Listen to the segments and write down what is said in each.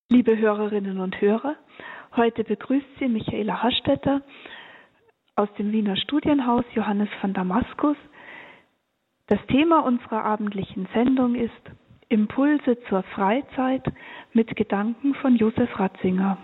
Liebe Hörerinnen und Hörer, heute begrüßt Sie Michaela Hastetter aus dem Wiener Studienhaus Johannes von Damaskus. Das Thema unserer abendlichen Sendung ist Impulse zur Freizeit mit Gedanken von Josef Ratzinger.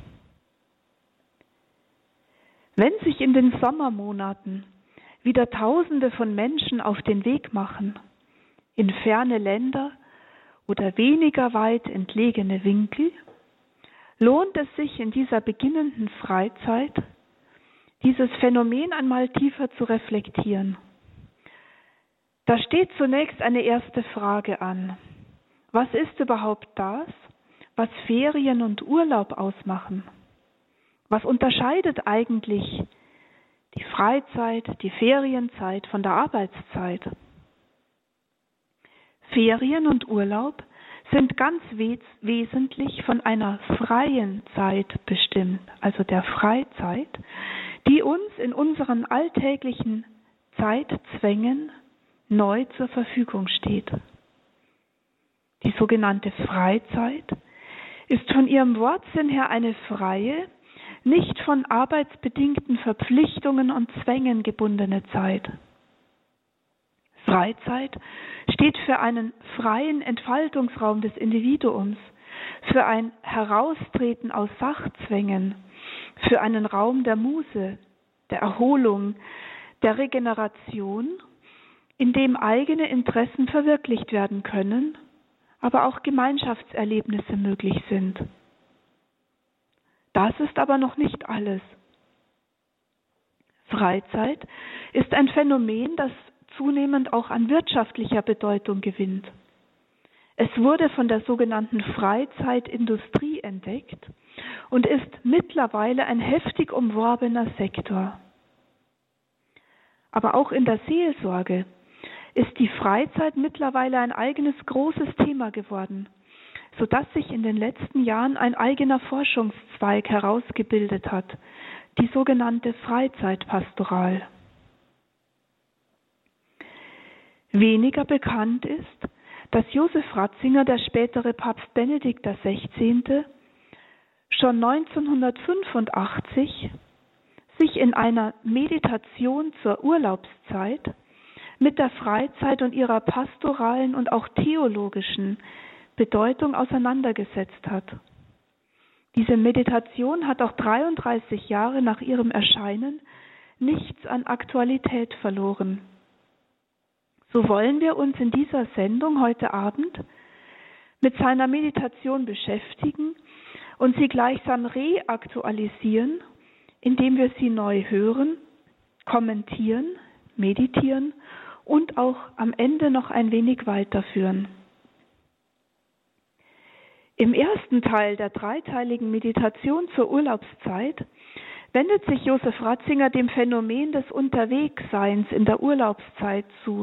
Wenn sich in den Sommermonaten wieder Tausende von Menschen auf den Weg machen, in ferne Länder oder weniger weit entlegene Winkel, lohnt es sich in dieser beginnenden Freizeit, dieses Phänomen einmal tiefer zu reflektieren. Da steht zunächst eine erste Frage an. Was ist überhaupt das, was Ferien und Urlaub ausmachen? Was unterscheidet eigentlich die Freizeit, die Ferienzeit von der Arbeitszeit? Ferien und Urlaub sind ganz wesentlich von einer freien Zeit bestimmt, also der Freizeit, die uns in unseren alltäglichen Zeitzwängen neu zur Verfügung steht. Die sogenannte Freizeit ist von ihrem Wortsinn her eine freie, nicht von arbeitsbedingten Verpflichtungen und Zwängen gebundene Zeit. Freizeit steht für einen freien Entfaltungsraum des Individuums, für ein Heraustreten aus Sachzwängen, für einen Raum der Muße, der Erholung, der Regeneration, in dem eigene Interessen verwirklicht werden können, aber auch Gemeinschaftserlebnisse möglich sind. Das ist aber noch nicht alles. Freizeit ist ein Phänomen, das zunehmend auch an wirtschaftlicher Bedeutung gewinnt. Es wurde von der sogenannten Freizeitindustrie entdeckt und ist mittlerweile ein heftig umworbener Sektor. Aber auch in der Seelsorge ist die Freizeit mittlerweile ein eigenes großes Thema geworden, sodass sich in den letzten Jahren ein eigener Forschungszweig herausgebildet hat, die sogenannte Freizeitpastoral. Weniger bekannt ist, dass Josef Ratzinger, der spätere Papst Benedikt XVI., schon 1985 sich in einer Meditation zur Urlaubszeit mit der Freizeit und ihrer pastoralen und auch theologischen Bedeutung auseinandergesetzt hat. Diese Meditation hat auch 33 Jahre nach ihrem Erscheinen nichts an Aktualität verloren. So wollen wir uns in dieser Sendung heute Abend mit seiner Meditation beschäftigen und sie gleichsam reaktualisieren, indem wir sie neu hören, kommentieren, meditieren und auch am Ende noch ein wenig weiterführen. Im ersten Teil der dreiteiligen Meditation zur Urlaubszeit wendet sich Josef Ratzinger dem Phänomen des Unterwegsseins in der Urlaubszeit zu.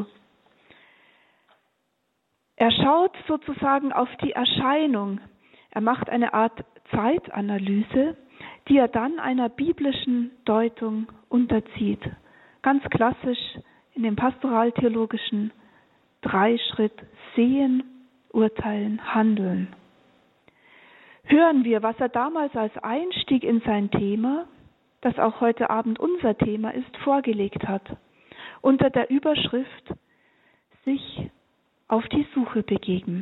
Er schaut sozusagen auf die Erscheinung. Er macht eine Art Zeitanalyse, die er dann einer biblischen Deutung unterzieht. Ganz klassisch in dem pastoraltheologischen Dreischritt Sehen, Urteilen, Handeln. Hören wir, was er damals als Einstieg in sein Thema, das auch heute Abend unser Thema ist, vorgelegt hat, unter der Überschrift sich auf die Suche begeben.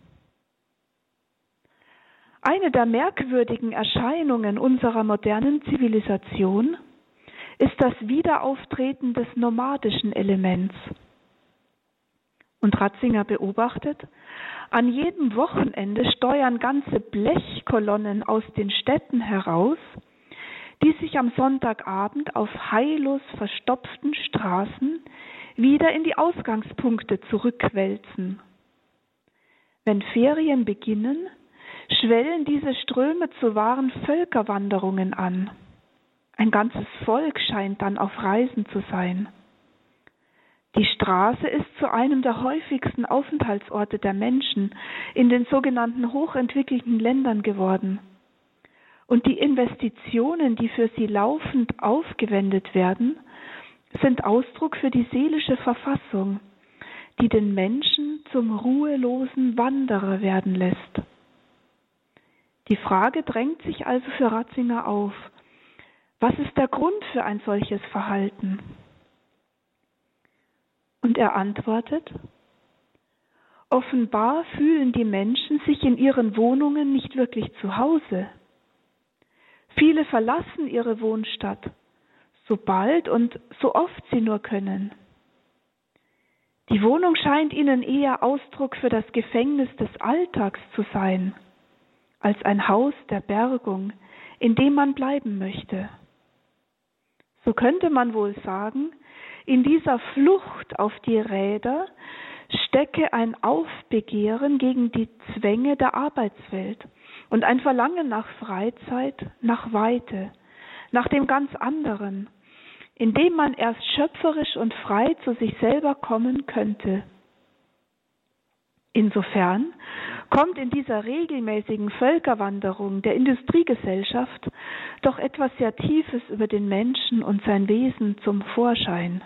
Eine der merkwürdigen Erscheinungen unserer modernen Zivilisation ist das Wiederauftreten des nomadischen Elements. Und Ratzinger beobachtet, an jedem Wochenende steuern ganze Blechkolonnen aus den Städten heraus, die sich am Sonntagabend auf heillos verstopften Straßen wieder in die Ausgangspunkte zurückwälzen. Wenn Ferien beginnen, schwellen diese Ströme zu wahren Völkerwanderungen an. Ein ganzes Volk scheint dann auf Reisen zu sein. Die Straße ist zu einem der häufigsten Aufenthaltsorte der Menschen in den sogenannten hochentwickelten Ländern geworden. Und die Investitionen, die für sie laufend aufgewendet werden, sind Ausdruck für die seelische Verfassung, die den Menschen zum ruhelosen Wanderer werden lässt. Die Frage drängt sich also für Ratzinger auf: Was ist der Grund für ein solches Verhalten? Und er antwortet: Offenbar fühlen die Menschen sich in ihren Wohnungen nicht wirklich zu Hause. Viele verlassen ihre Wohnstadt, so bald und so oft sie nur können. Die Wohnung scheint ihnen eher Ausdruck für das Gefängnis des Alltags zu sein, als ein Haus der Bergung, in dem man bleiben möchte. So könnte man wohl sagen, in dieser Flucht auf die Räder stecke ein Aufbegehren gegen die Zwänge der Arbeitswelt und ein Verlangen nach Freizeit, nach Weite, nach dem ganz anderen, in dem man erst schöpferisch und frei zu sich selber kommen könnte. Insofern kommt in dieser regelmäßigen Völkerwanderung der Industriegesellschaft doch etwas sehr Tiefes über den Menschen und sein Wesen zum Vorschein.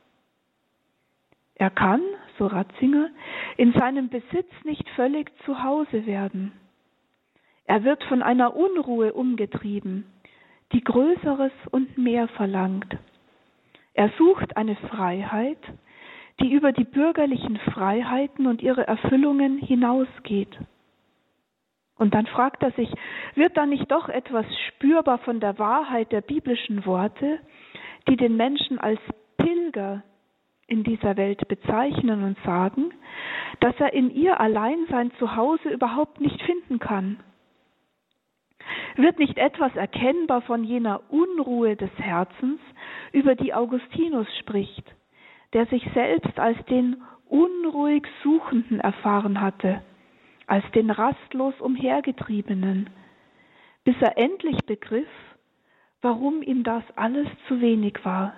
Er kann, so Ratzinger, in seinem Besitz nicht völlig zu Hause werden. Er wird von einer Unruhe umgetrieben, die Größeres und mehr verlangt. Er sucht eine Freiheit, die über die bürgerlichen Freiheiten und ihre Erfüllungen hinausgeht. Und dann fragt er sich, wird da nicht doch etwas spürbar von der Wahrheit der biblischen Worte, die den Menschen als Pilger in dieser Welt bezeichnen und sagen, dass er in ihr allein sein Zuhause überhaupt nicht finden kann? Wird nicht etwas erkennbar von jener Unruhe des Herzens, über die Augustinus spricht, der sich selbst als den unruhig Suchenden erfahren hatte, als den rastlos Umhergetriebenen, bis er endlich begriff, warum ihm das alles zu wenig war.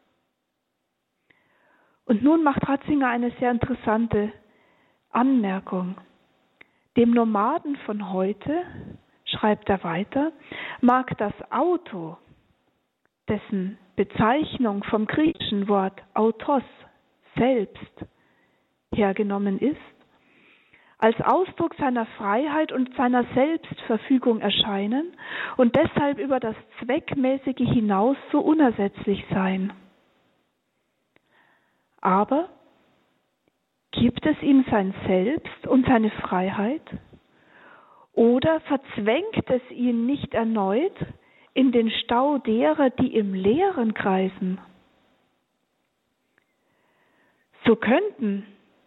Und nun macht Ratzinger eine sehr interessante Anmerkung. Dem Nomaden von heute, schreibt er weiter, mag das Auto, dessen Bezeichnung vom griechischen Wort autos, selbst, hergenommen ist, als Ausdruck seiner Freiheit und seiner Selbstverfügung erscheinen und deshalb über das Zweckmäßige hinaus so unersetzlich sein. Aber gibt es ihm sein Selbst und seine Freiheit? Oder verzwängt es ihn nicht erneut in den Stau derer, die im Leeren kreisen? So könnten,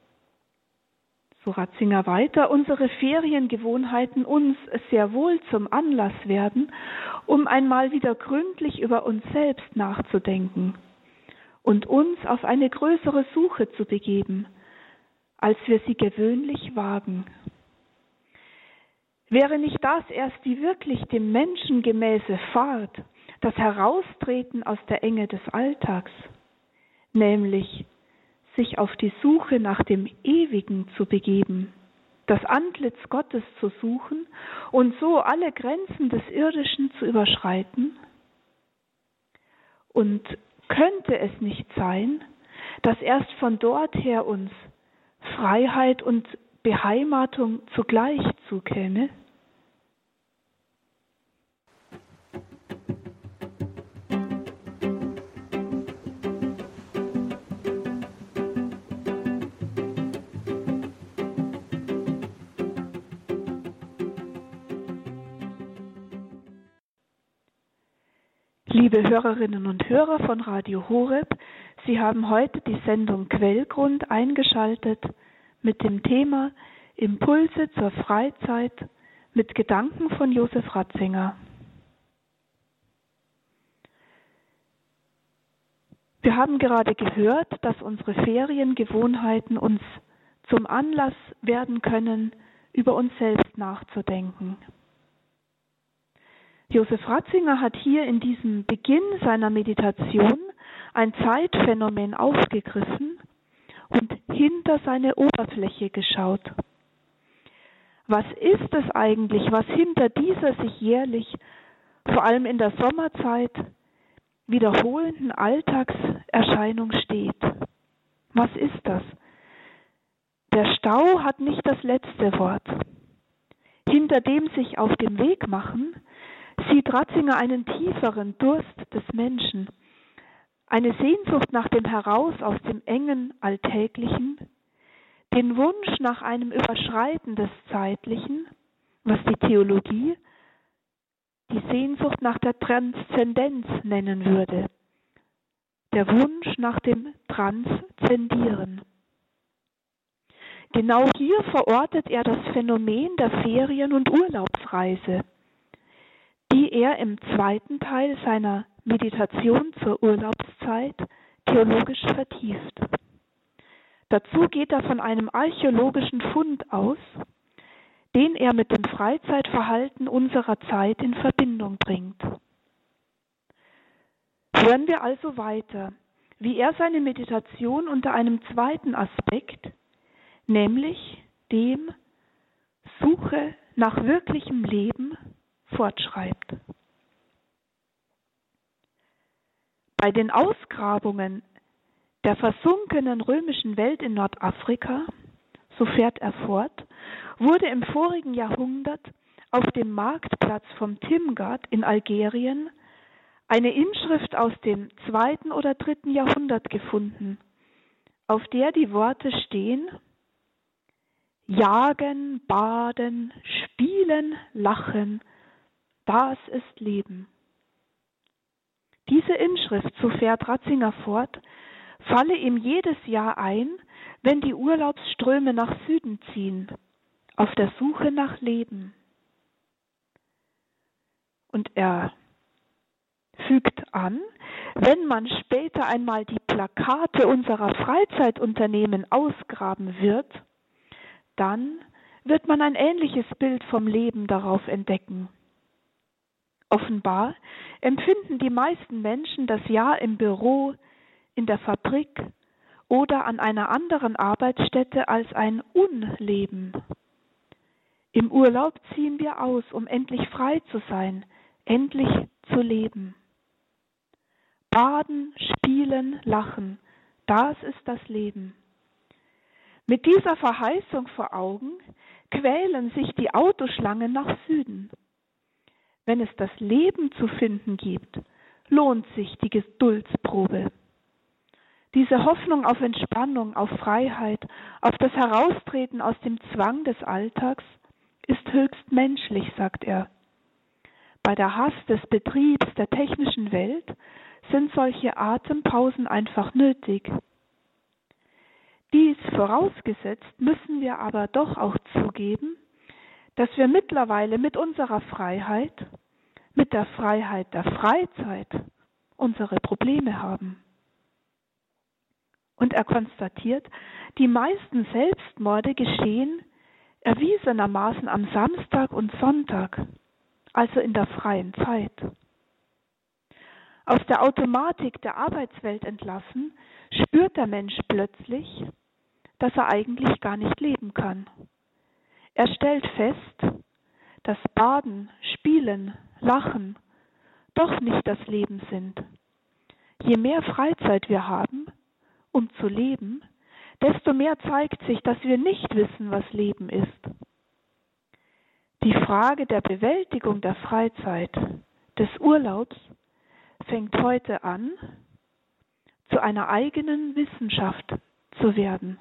so Ratzinger weiter, unsere Feriengewohnheiten uns sehr wohl zum Anlass werden, um einmal wieder gründlich über uns selbst nachzudenken und uns auf eine größere Suche zu begeben, als wir sie gewöhnlich wagen. Wäre nicht das erst die wirklich dem Menschen gemäße Fahrt, das Heraustreten aus der Enge des Alltags, nämlich sich auf die Suche nach dem Ewigen zu begeben, das Antlitz Gottes zu suchen und so alle Grenzen des Irdischen zu überschreiten? Und könnte es nicht sein, dass erst von dort her uns Freiheit und Beheimatung zugleich zukäme? Liebe Hörerinnen und Hörer von Radio Horeb, Sie haben heute die Sendung Quellgrund eingeschaltet mit dem Thema Impulse zur Freizeit mit Gedanken von Josef Ratzinger. Wir haben gerade gehört, dass unsere Feriengewohnheiten uns zum Anlass werden können, über uns selbst nachzudenken. Josef Ratzinger hat hier in diesem Beginn seiner Meditation ein Zeitphänomen aufgegriffen und hinter seine Oberfläche geschaut. Was ist es eigentlich, was hinter dieser sich jährlich, vor allem in der Sommerzeit, wiederholenden Alltagserscheinung steht? Was ist das? Der Stau hat nicht das letzte Wort. Hinter dem sich auf den Weg machen, sieht Ratzinger einen tieferen Durst des Menschen, eine Sehnsucht nach dem Heraus aus dem engen Alltäglichen, den Wunsch nach einem Überschreiten des Zeitlichen, was die Theologie die Sehnsucht nach der Transzendenz nennen würde, der Wunsch nach dem Transzendieren. Genau hier verortet er das Phänomen der Ferien- und Urlaubsreise, die er im zweiten Teil seiner Meditation zur Urlaubszeit theologisch vertieft. Dazu geht er von einem archäologischen Fund aus, den er mit dem Freizeitverhalten unserer Zeit in Verbindung bringt. Hören wir also weiter, wie er seine Meditation unter einem zweiten Aspekt, nämlich dem Suche nach wirklichem Leben, fortschreibt. Bei den Ausgrabungen der versunkenen römischen Welt in Nordafrika, so fährt er fort, wurde im vorigen Jahrhundert auf dem Marktplatz vom Timgad in Algerien eine Inschrift aus dem 2. oder 3. Jahrhundert gefunden, auf der die Worte stehen: Jagen, baden, spielen, lachen, das ist Leben. Diese Inschrift, so fährt Ratzinger fort, falle ihm jedes Jahr ein, wenn die Urlaubsströme nach Süden ziehen, auf der Suche nach Leben. Und er fügt an, wenn man später einmal die Plakate unserer Freizeitunternehmen ausgraben wird, dann wird man ein ähnliches Bild vom Leben darauf entdecken. Offenbar empfinden die meisten Menschen das Jahr im Büro, in der Fabrik oder an einer anderen Arbeitsstätte als ein Unleben. Im Urlaub ziehen wir aus, um endlich frei zu sein, endlich zu leben. Baden, spielen, lachen, das ist das Leben. Mit dieser Verheißung vor Augen quälen sich die Autoschlangen nach Süden. Wenn es das Leben zu finden gibt, lohnt sich die Geduldsprobe. Diese Hoffnung auf Entspannung, auf Freiheit, auf das Heraustreten aus dem Zwang des Alltags ist höchst menschlich, sagt er. Bei der Hast des Betriebs der technischen Welt sind solche Atempausen einfach nötig. Dies vorausgesetzt müssen wir aber doch auch zugeben, dass wir mittlerweile mit unserer Freiheit, mit der Freiheit der Freizeit, unsere Probleme haben. Und er konstatiert, die meisten Selbstmorde geschehen erwiesenermaßen am Samstag und Sonntag, also in der freien Zeit. Aus der Automatik der Arbeitswelt entlassen, spürt der Mensch plötzlich, dass er eigentlich gar nicht leben kann. Er stellt fest, dass Baden, Spielen, Lachen doch nicht das Leben sind. Je mehr Freizeit wir haben, um zu leben, desto mehr zeigt sich, dass wir nicht wissen, was Leben ist. Die Frage der Bewältigung der Freizeit, des Urlaubs, fängt heute an, zu einer eigenen Wissenschaft zu werden.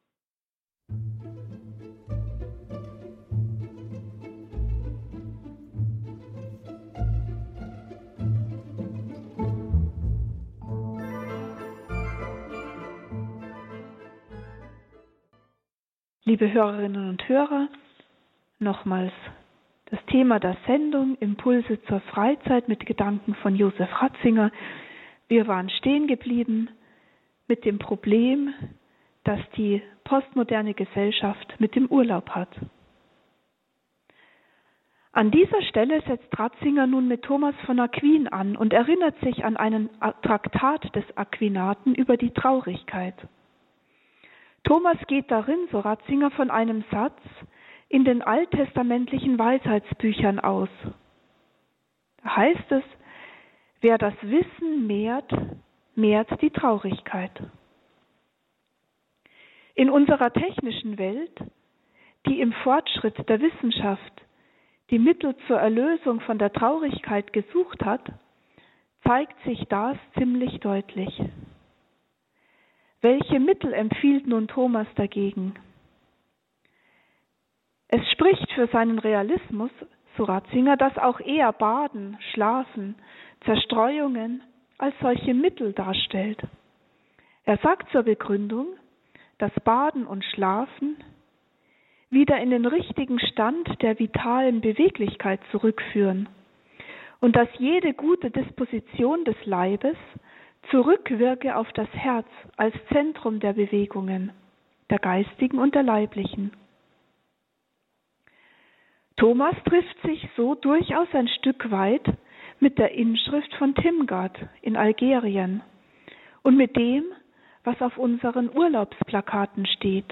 Liebe Hörerinnen und Hörer, nochmals das Thema der Sendung Impulse zur Freizeit mit Gedanken von Josef Ratzinger. Wir waren stehen geblieben mit dem Problem, das die postmoderne Gesellschaft mit dem Urlaub hat. An dieser Stelle setzt Ratzinger nun mit Thomas von Aquin an und erinnert sich an einen Traktat des Aquinaten über die Traurigkeit. Thomas geht darin, so Ratzinger, von einem Satz in den alttestamentlichen Weisheitsbüchern aus. Da heißt es, wer das Wissen mehrt, mehrt die Traurigkeit. In unserer technischen Welt, die im Fortschritt der Wissenschaft die Mittel zur Erlösung von der Traurigkeit gesucht hat, zeigt sich das ziemlich deutlich. Welche Mittel empfiehlt nun Thomas dagegen? Es spricht für seinen Realismus, so Ratzinger, dass auch eher Baden, Schlafen, Zerstreuungen als solche Mittel darstellt. Er sagt zur Begründung, dass Baden und Schlafen wieder in den richtigen Stand der vitalen Beweglichkeit zurückführen und dass jede gute Disposition des Leibes zurückwirke auf das Herz als Zentrum der Bewegungen, der geistigen und der leiblichen. Thomas trifft sich so durchaus ein Stück weit mit der Inschrift von Timgad in Algerien und mit dem, was auf unseren Urlaubsplakaten steht.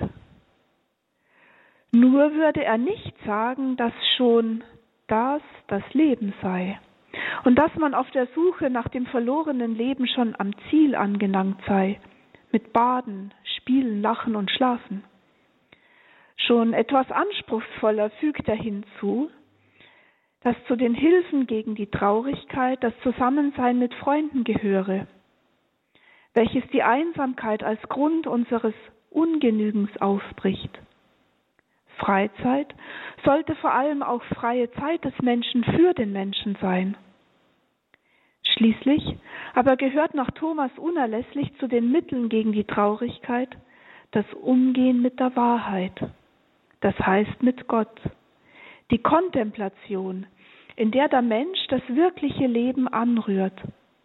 Nur würde er nicht sagen, dass schon das Leben sei und dass man auf der Suche nach dem verlorenen Leben schon am Ziel angelangt sei, mit Baden, Spielen, Lachen und Schlafen. Schon etwas anspruchsvoller fügt er hinzu, dass zu den Hilfen gegen die Traurigkeit das Zusammensein mit Freunden gehöre, welches die Einsamkeit als Grund unseres Ungenügens aufbricht. Freizeit sollte vor allem auch freie Zeit des Menschen für den Menschen sein. Schließlich aber gehört nach Thomas unerlässlich zu den Mitteln gegen die Traurigkeit das Umgehen mit der Wahrheit, das heißt mit Gott, die Kontemplation, in der der Mensch das wirkliche Leben anrührt.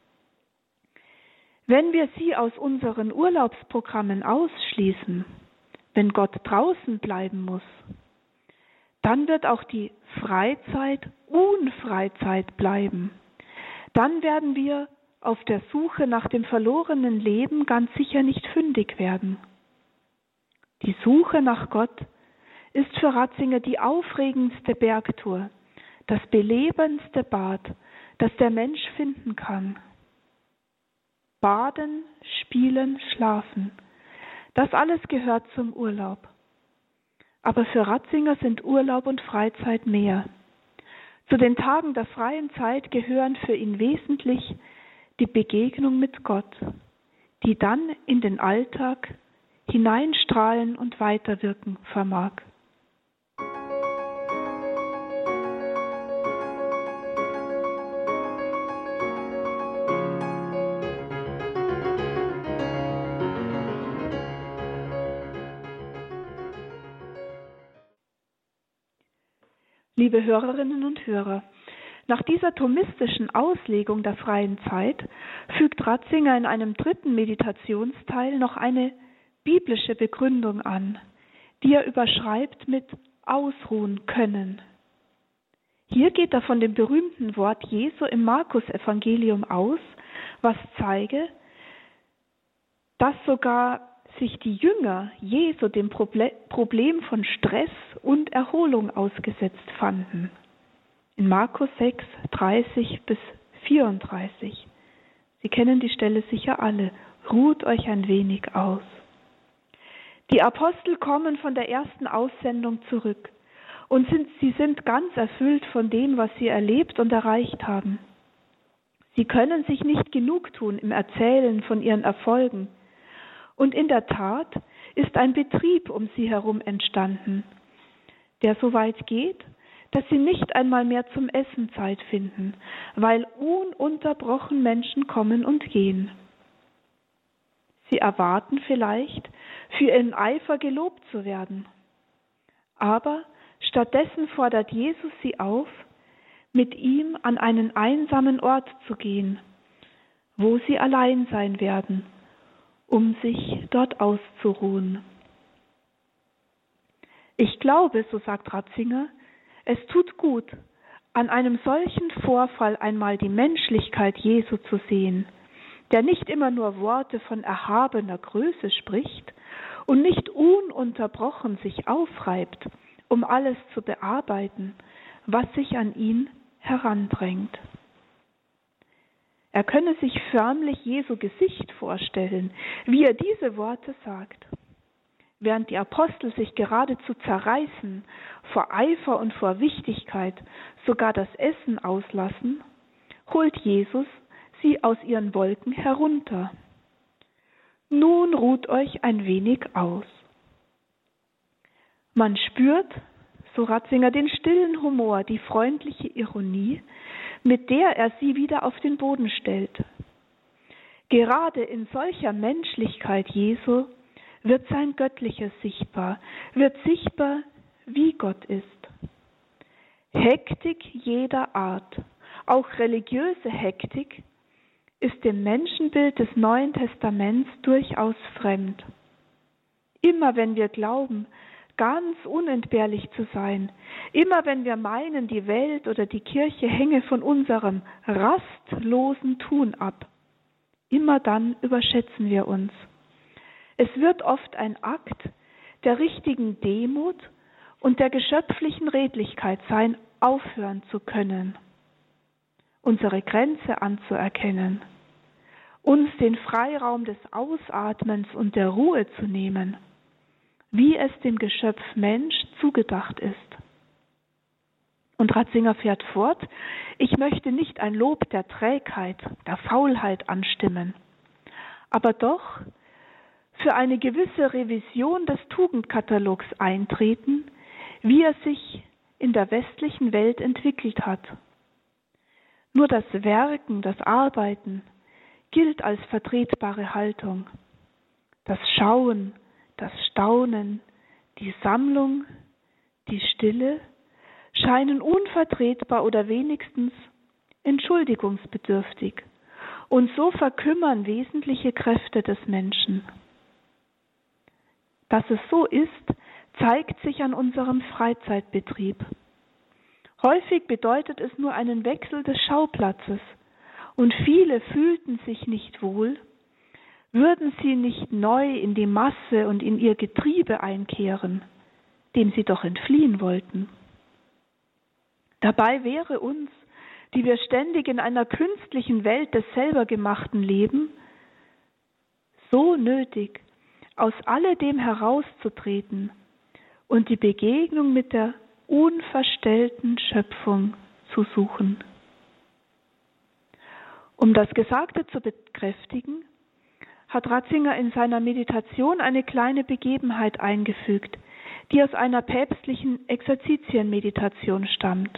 Wenn wir sie aus unseren Urlaubsprogrammen ausschließen, wenn Gott draußen bleiben muss, dann wird auch die Freizeit Unfreizeit bleiben. Dann werden wir auf der Suche nach dem verlorenen Leben ganz sicher nicht fündig werden. Die Suche nach Gott ist für Ratzinger die aufregendste Bergtour, das belebendste Bad, das der Mensch finden kann. Baden, Spielen, Schlafen, das alles gehört zum Urlaub. Aber für Ratzinger sind Urlaub und Freizeit mehr. Zu den Tagen der freien Zeit gehören für ihn wesentlich die Begegnung mit Gott, die dann in den Alltag hineinstrahlen und weiterwirken vermag. Liebe Hörerinnen und Hörer, nach dieser thomistischen Auslegung der freien Zeit fügt Ratzinger in einem dritten Meditationsteil noch eine biblische Begründung an, die er überschreibt mit ausruhen können. Hier geht er von dem berühmten Wort Jesu im Markus-Evangelium aus, was zeige, dass sogar sich die Jünger Jesu dem Problem von Stress und Erholung ausgesetzt fanden. In Markus 6, 30 bis 34. Sie kennen die Stelle sicher alle. Ruht euch ein wenig aus. Die Apostel kommen von der ersten Aussendung zurück und sie sind ganz erfüllt von dem, was sie erlebt und erreicht haben. Sie können sich nicht genug tun im Erzählen von ihren Erfolgen. Und in der Tat ist ein Betrieb um sie herum entstanden, der so weit geht, dass sie nicht einmal mehr zum Essen Zeit finden, weil ununterbrochen Menschen kommen und gehen. Sie erwarten vielleicht, für ihren Eifer gelobt zu werden. Aber stattdessen fordert Jesus sie auf, mit ihm an einen einsamen Ort zu gehen, wo sie allein sein werden, um sich dort auszuruhen. Ich glaube, so sagt Ratzinger, es tut gut, an einem solchen Vorfall einmal die Menschlichkeit Jesu zu sehen, der nicht immer nur Worte von erhabener Größe spricht und nicht ununterbrochen sich aufreibt, um alles zu bearbeiten, was sich an ihn herandrängt. Er könne sich förmlich Jesu Gesicht vorstellen, wie er diese Worte sagt. während die Apostel sich geradezu zerreißen, vor Eifer und vor Wichtigkeit sogar das Essen auslassen, holt Jesus sie aus ihren Wolken herunter. Nun ruht euch ein wenig aus. Man spürt, so Ratzinger, den stillen Humor, die freundliche Ironie, mit der er sie wieder auf den Boden stellt. Gerade in solcher Menschlichkeit Jesu wird sein Göttliches sichtbar, wird sichtbar, wie Gott ist. Hektik jeder Art, auch religiöse Hektik, ist dem Menschenbild des Neuen Testaments durchaus fremd. Immer wenn wir glauben, ganz unentbehrlich zu sein, immer wenn wir meinen, die Welt oder die Kirche hänge von unserem rastlosen Tun ab, immer dann überschätzen wir uns. Es wird oft ein Akt der richtigen Demut und der geschöpflichen Redlichkeit sein, aufhören zu können, unsere Grenze anzuerkennen, uns den Freiraum des Ausatmens und der Ruhe zu nehmen, wie es dem Geschöpf Mensch zugedacht ist. Und Ratzinger fährt fort, ich möchte nicht ein Lob der Trägheit, der Faulheit anstimmen, aber doch für eine gewisse Revision des Tugendkatalogs eintreten, wie er sich in der westlichen Welt entwickelt hat. Nur das Werken, das Arbeiten gilt als vertretbare Haltung. Das Schauen, das Staunen, die Sammlung, die Stille scheinen unvertretbar oder wenigstens entschuldigungsbedürftig. Und so verkümmern wesentliche Kräfte des Menschen. Dass es so ist, zeigt sich an unserem Freizeitbetrieb. Häufig bedeutet es nur einen Wechsel des Schauplatzes und viele fühlten sich nicht wohl, würden sie nicht neu in die Masse und in ihr Getriebe einkehren, dem sie doch entfliehen wollten. Dabei wäre uns, die wir ständig in einer künstlichen Welt des Selbergemachten leben, so nötig, aus alledem herauszutreten und die Begegnung mit der unverstellten Schöpfung zu suchen. Um das Gesagte zu bekräftigen, hat Ratzinger in seiner Meditation eine kleine Begebenheit eingefügt, die aus einer päpstlichen Exerzitienmeditation stammt.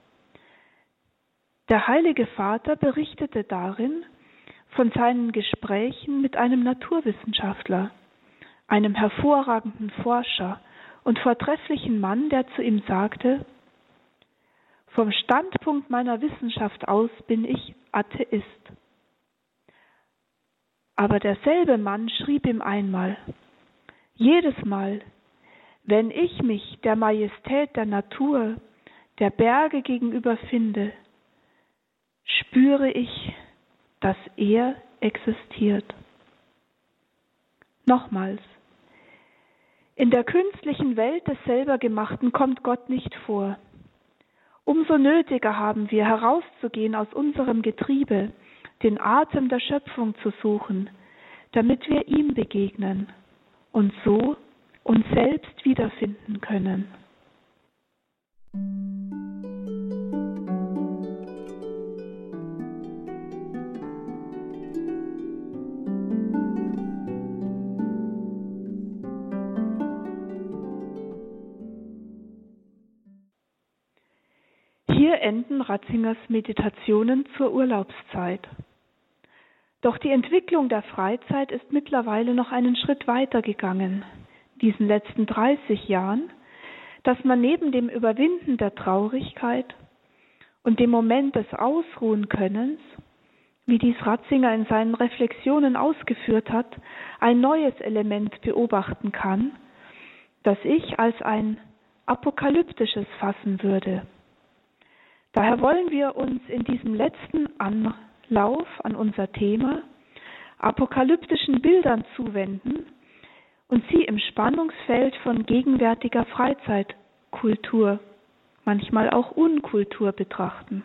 Der Heilige Vater berichtete darin von seinen Gesprächen mit einem Naturwissenschaftler, einem hervorragenden Forscher und vortrefflichen Mann, der zu ihm sagte: Vom Standpunkt meiner Wissenschaft aus bin ich Atheist. Aber derselbe Mann schrieb ihm einmal: Jedes Mal, wenn ich mich der Majestät der Natur, der Berge gegenüber finde, spüre ich, dass er existiert. Nochmals, in der künstlichen Welt des Selbergemachten kommt Gott nicht vor. Umso nötiger haben wir, herauszugehen aus unserem Getriebe, den Atem der Schöpfung zu suchen, damit wir ihm begegnen und so uns selbst wiederfinden können. Hier enden Ratzingers Meditationen zur Urlaubszeit. Doch die Entwicklung der Freizeit ist mittlerweile noch einen Schritt weiter gegangen, diesen letzten 30 Jahren, dass man neben dem Überwinden der Traurigkeit und dem Moment des Ausruhenkönnens, wie dies Ratzinger in seinen Reflexionen ausgeführt hat, ein neues Element beobachten kann, das ich als ein apokalyptisches fassen würde. Daher wollen wir uns in diesem letzten Anlauf an unser Thema apokalyptischen Bildern zuwenden und sie im Spannungsfeld von gegenwärtiger Freizeitkultur, manchmal auch Unkultur betrachten.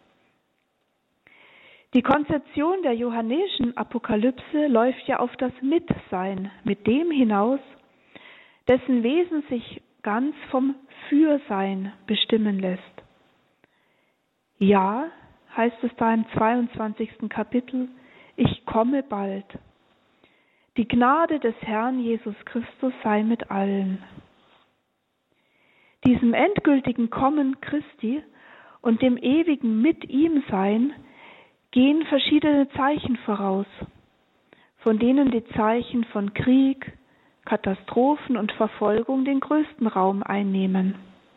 Die Konzeption der johannäischen Apokalypse läuft ja auf das Mitsein mit dem hinaus, dessen Wesen sich ganz vom Fürsein bestimmen lässt. Ja, heißt es da im 22. Kapitel, ich komme bald. Die Gnade des Herrn Jesus Christus sei mit allen. Diesem endgültigen Kommen Christi und dem ewigen mit ihm Sein gehen verschiedene Zeichen voraus, von denen die Zeichen von Krieg, Katastrophen und Verfolgung den größten Raum einnehmen.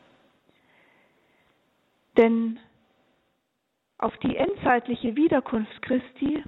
Denn auf die endzeitliche Wiederkunft Christi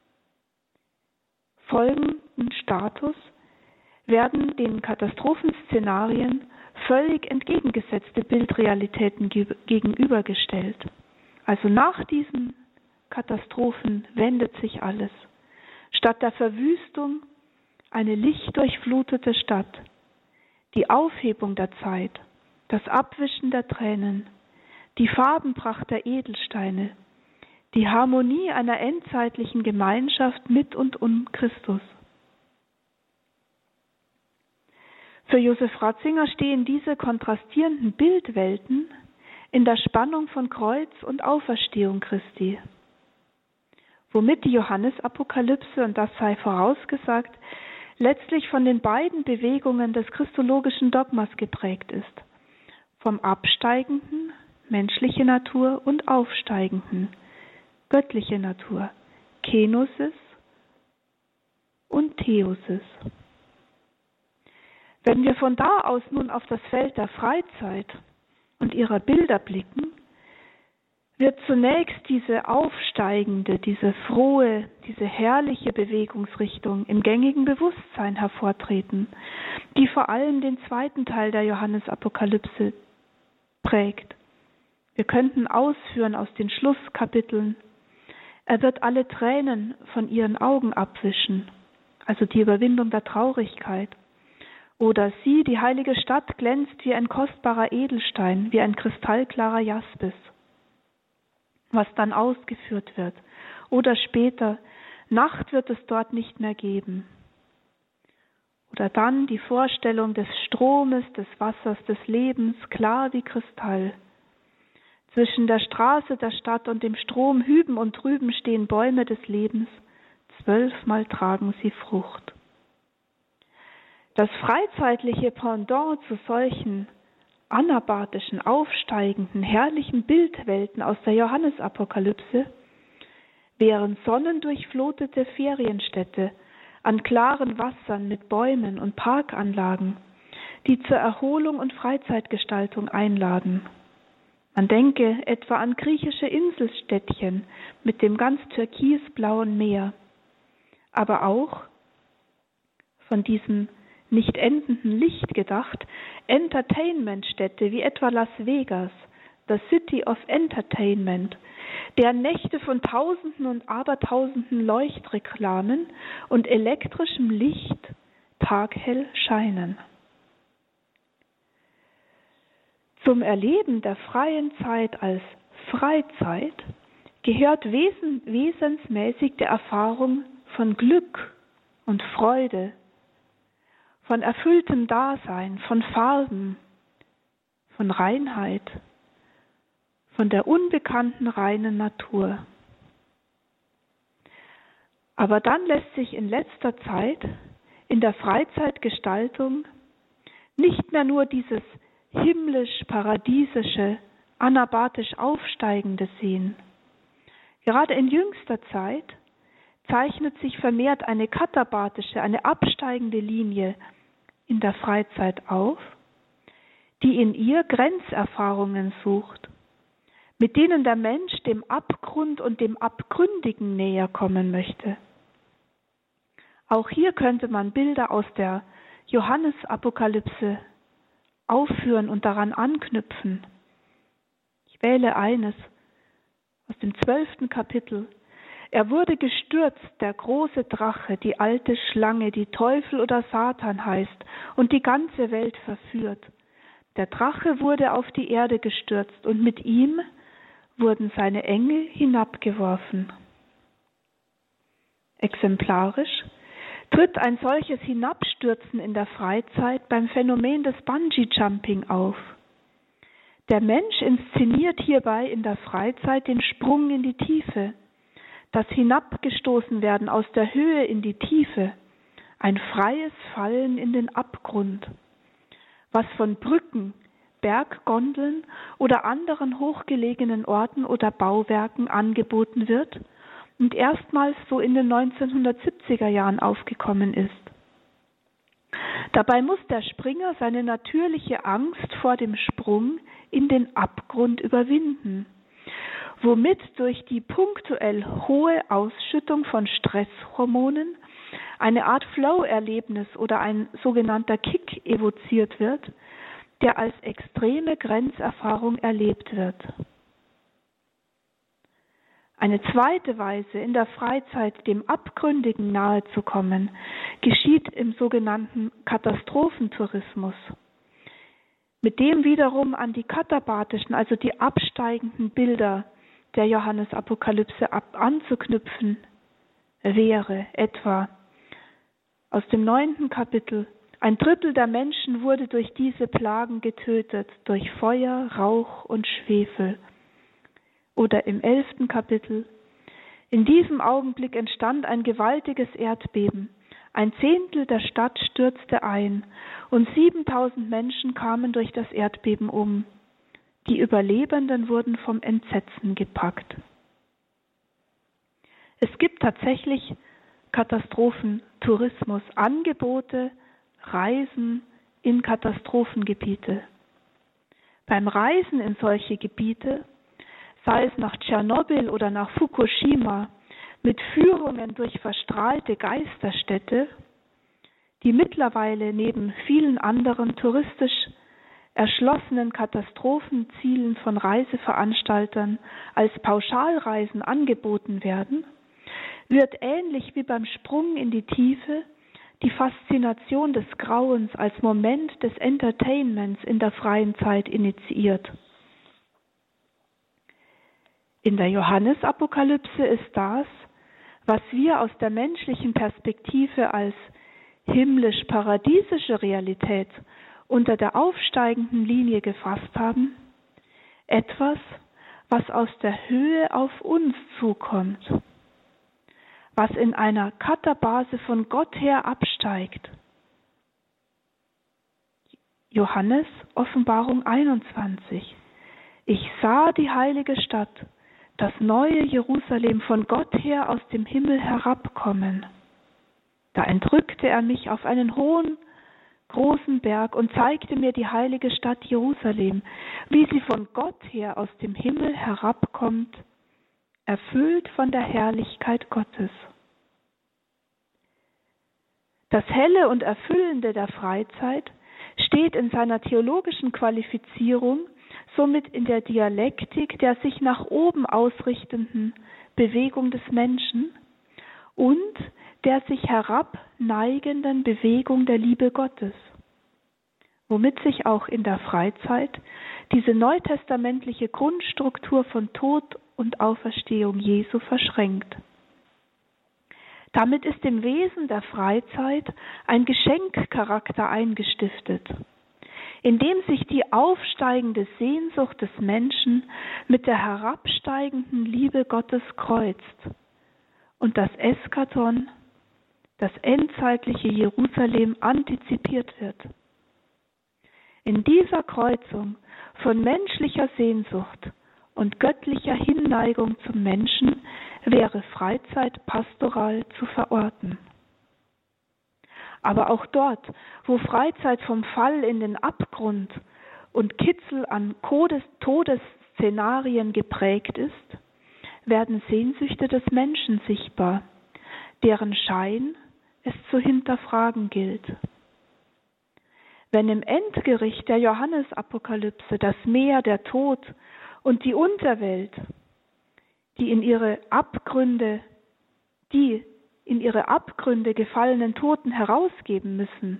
folgenden Status werden den Katastrophenszenarien völlig entgegengesetzte Bildrealitäten gegenübergestellt. Also nach diesen Katastrophen wendet sich alles. Statt der Verwüstung eine lichtdurchflutete Stadt, die Aufhebung der Zeit, das Abwischen der Tränen, die Farbenpracht der Edelsteine, die Harmonie einer endzeitlichen Gemeinschaft mit und um Christus. Für Josef Ratzinger stehen diese kontrastierenden Bildwelten in der Spannung von Kreuz und Auferstehung Christi, womit die Johannesapokalypse, und das sei vorausgesagt, letztlich von den beiden Bewegungen des christologischen Dogmas geprägt ist, vom absteigenden, menschliche Natur, und aufsteigenden, göttliche Natur, Kenosis und Theosis. Wenn wir von da aus nun auf das Feld der Freizeit und ihrer Bilder blicken, wird zunächst diese aufsteigende, diese frohe, diese herrliche Bewegungsrichtung im gängigen Bewusstsein hervortreten, die vor allem den zweiten Teil der Johannesapokalypse prägt. Wir könnten ausführen aus den Schlusskapiteln: Er wird alle Tränen von ihren Augen abwischen, also die Überwindung der Traurigkeit. Oder sie, die heilige Stadt, glänzt wie ein kostbarer Edelstein, wie ein kristallklarer Jaspis, was dann ausgeführt wird. Oder später, Nacht wird es dort nicht mehr geben. Oder dann die Vorstellung des Stromes, des Wassers, des Lebens, klar wie Kristall. Zwischen der Straße der Stadt und dem Strom hüben und drüben stehen Bäume des Lebens, 12-mal tragen sie Frucht. Das freizeitliche Pendant zu solchen anabatischen, aufsteigenden, herrlichen Bildwelten aus der Johannesapokalypse wären sonnendurchflutete Ferienstädte an klaren Wassern mit Bäumen und Parkanlagen, die zur Erholung und Freizeitgestaltung einladen. Man denke etwa an griechische Inselstädtchen mit dem ganz türkisblauen Meer, aber auch von diesem nicht endenden Licht gedacht, Entertainmentstädte wie etwa Las Vegas, the City of Entertainment, deren Nächte von Tausenden und Abertausenden Leuchtreklamen und elektrischem Licht taghell scheinen. Zum Erleben der freien Zeit als Freizeit gehört wesensmäßig der Erfahrung von Glück und Freude, von erfülltem Dasein, von Farben, von Reinheit, von der unbekannten reinen Natur. Aber dann lässt sich in letzter Zeit in der Freizeitgestaltung nicht mehr nur dieses himmlisch-paradiesische, anabatisch Aufsteigende sehen. Gerade in jüngster Zeit zeichnet sich vermehrt eine katabatische, eine absteigende Linie in der Freizeit auf, die in ihr Grenzerfahrungen sucht, mit denen der Mensch dem Abgrund und dem Abgründigen näher kommen möchte. Auch hier könnte man Bilder aus der Johannesapokalypse aufführen und daran anknüpfen. Ich wähle eines aus dem 12. Kapitel. Er wurde gestürzt, der große Drache, die alte Schlange, die Teufel oder Satan heißt und die ganze Welt verführt. Der Drache wurde auf die Erde gestürzt und mit ihm wurden seine Engel hinabgeworfen. Exemplarisch tritt ein solches Hinabstürzen Stürzen in der Freizeit beim Phänomen des Bungee-Jumping auf. Der Mensch inszeniert hierbei in der Freizeit den Sprung in die Tiefe, das Hinabgestoßenwerden aus der Höhe in die Tiefe, ein freies Fallen in den Abgrund, was von Brücken, Berggondeln oder anderen hochgelegenen Orten oder Bauwerken angeboten wird und erstmals so in den 1970er Jahren aufgekommen ist. Dabei muss der Springer seine natürliche Angst vor dem Sprung in den Abgrund überwinden, womit durch die punktuell hohe Ausschüttung von Stresshormonen eine Art Flow-Erlebnis oder ein sogenannter Kick evoziert wird, der als extreme Grenzerfahrung erlebt wird. Eine zweite Weise, in der Freizeit dem Abgründigen nahezukommen, geschieht im sogenannten Katastrophentourismus, mit dem wiederum an die katabathischen, also die absteigenden Bilder der Johannesapokalypse anzuknüpfen wäre, etwa aus dem 9. Kapitel. 1/3 der Menschen wurde durch diese Plagen getötet, durch Feuer, Rauch und Schwefel. Oder im 11. Kapitel. In diesem Augenblick entstand ein gewaltiges Erdbeben. 1/10 der Stadt stürzte ein und 7.000 Menschen kamen durch das Erdbeben um. Die Überlebenden wurden vom Entsetzen gepackt. Es gibt tatsächlich Katastrophentourismus, Angebote, Reisen in Katastrophengebiete. Beim Reisen in solche Gebiete, sei es nach Tschernobyl oder nach Fukushima, mit Führungen durch verstrahlte Geisterstädte, die mittlerweile neben vielen anderen touristisch erschlossenen Katastrophenzielen von Reiseveranstaltern als Pauschalreisen angeboten werden, wird ähnlich wie beim Sprung in die Tiefe die Faszination des Grauens als Moment des Entertainments in der freien Zeit initiiert. In der Johannesapokalypse ist das, was wir aus der menschlichen Perspektive als himmlisch-paradiesische Realität unter der aufsteigenden Linie gefasst haben, etwas, was aus der Höhe auf uns zukommt, was in einer Katabase von Gott her absteigt. Johannes, Offenbarung 21. Ich sah die heilige Stadt, das neue Jerusalem von Gott her aus dem Himmel herabkommen. Da entrückte er mich auf einen hohen, großen Berg und zeigte mir die heilige Stadt Jerusalem, wie sie von Gott her aus dem Himmel herabkommt, erfüllt von der Herrlichkeit Gottes. Das Helle und Erfüllende der Freizeit steht in seiner theologischen Qualifizierung somit in der Dialektik der sich nach oben ausrichtenden Bewegung des Menschen und der sich herabneigenden Bewegung der Liebe Gottes, womit sich auch in der Freizeit diese neutestamentliche Grundstruktur von Tod und Auferstehung Jesu verschränkt. Damit ist im Wesen der Freizeit ein Geschenkcharakter eingestiftet, in dem sich die aufsteigende Sehnsucht des Menschen mit der herabsteigenden Liebe Gottes kreuzt und das Eskaton, das endzeitliche Jerusalem, antizipiert wird. In dieser Kreuzung von menschlicher Sehnsucht und göttlicher Hinneigung zum Menschen wäre Freizeit pastoral zu verorten. Aber auch dort, wo Freizeit vom Fall in den Abgrund und Kitzel an Todesszenarien geprägt ist, werden Sehnsüchte des Menschen sichtbar, deren Schein es zu hinterfragen gilt. Wenn im Endgericht der Johannesapokalypse das Meer, der Tod und die Unterwelt, die in ihre Abgründe gefallenen Toten herausgeben müssen.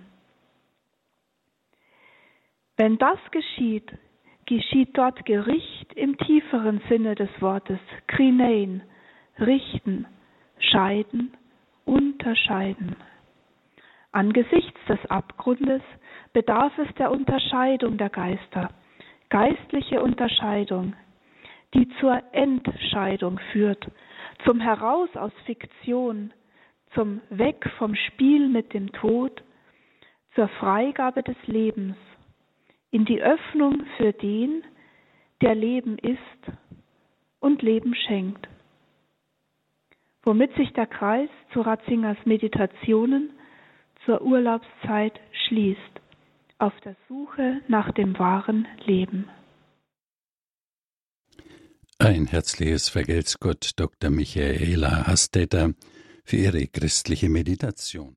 Wenn das geschieht, geschieht dort Gericht im tieferen Sinne des Wortes, krinein, richten, scheiden, unterscheiden. Angesichts des Abgrundes bedarf es der Unterscheidung der Geister, geistliche Unterscheidung, die zur Entscheidung führt, zum Heraus aus Fiktion, zum Weg vom Spiel mit dem Tod, zur Freigabe des Lebens, in die Öffnung für den, der Leben ist und Leben schenkt. Womit sich der Kreis zu Ratzingers Meditationen zur Urlaubszeit schließt, auf der Suche nach dem wahren Leben. Ein herzliches Vergelt's Gott, Dr. Michaela Hastetter, für Ihre christliche Meditation.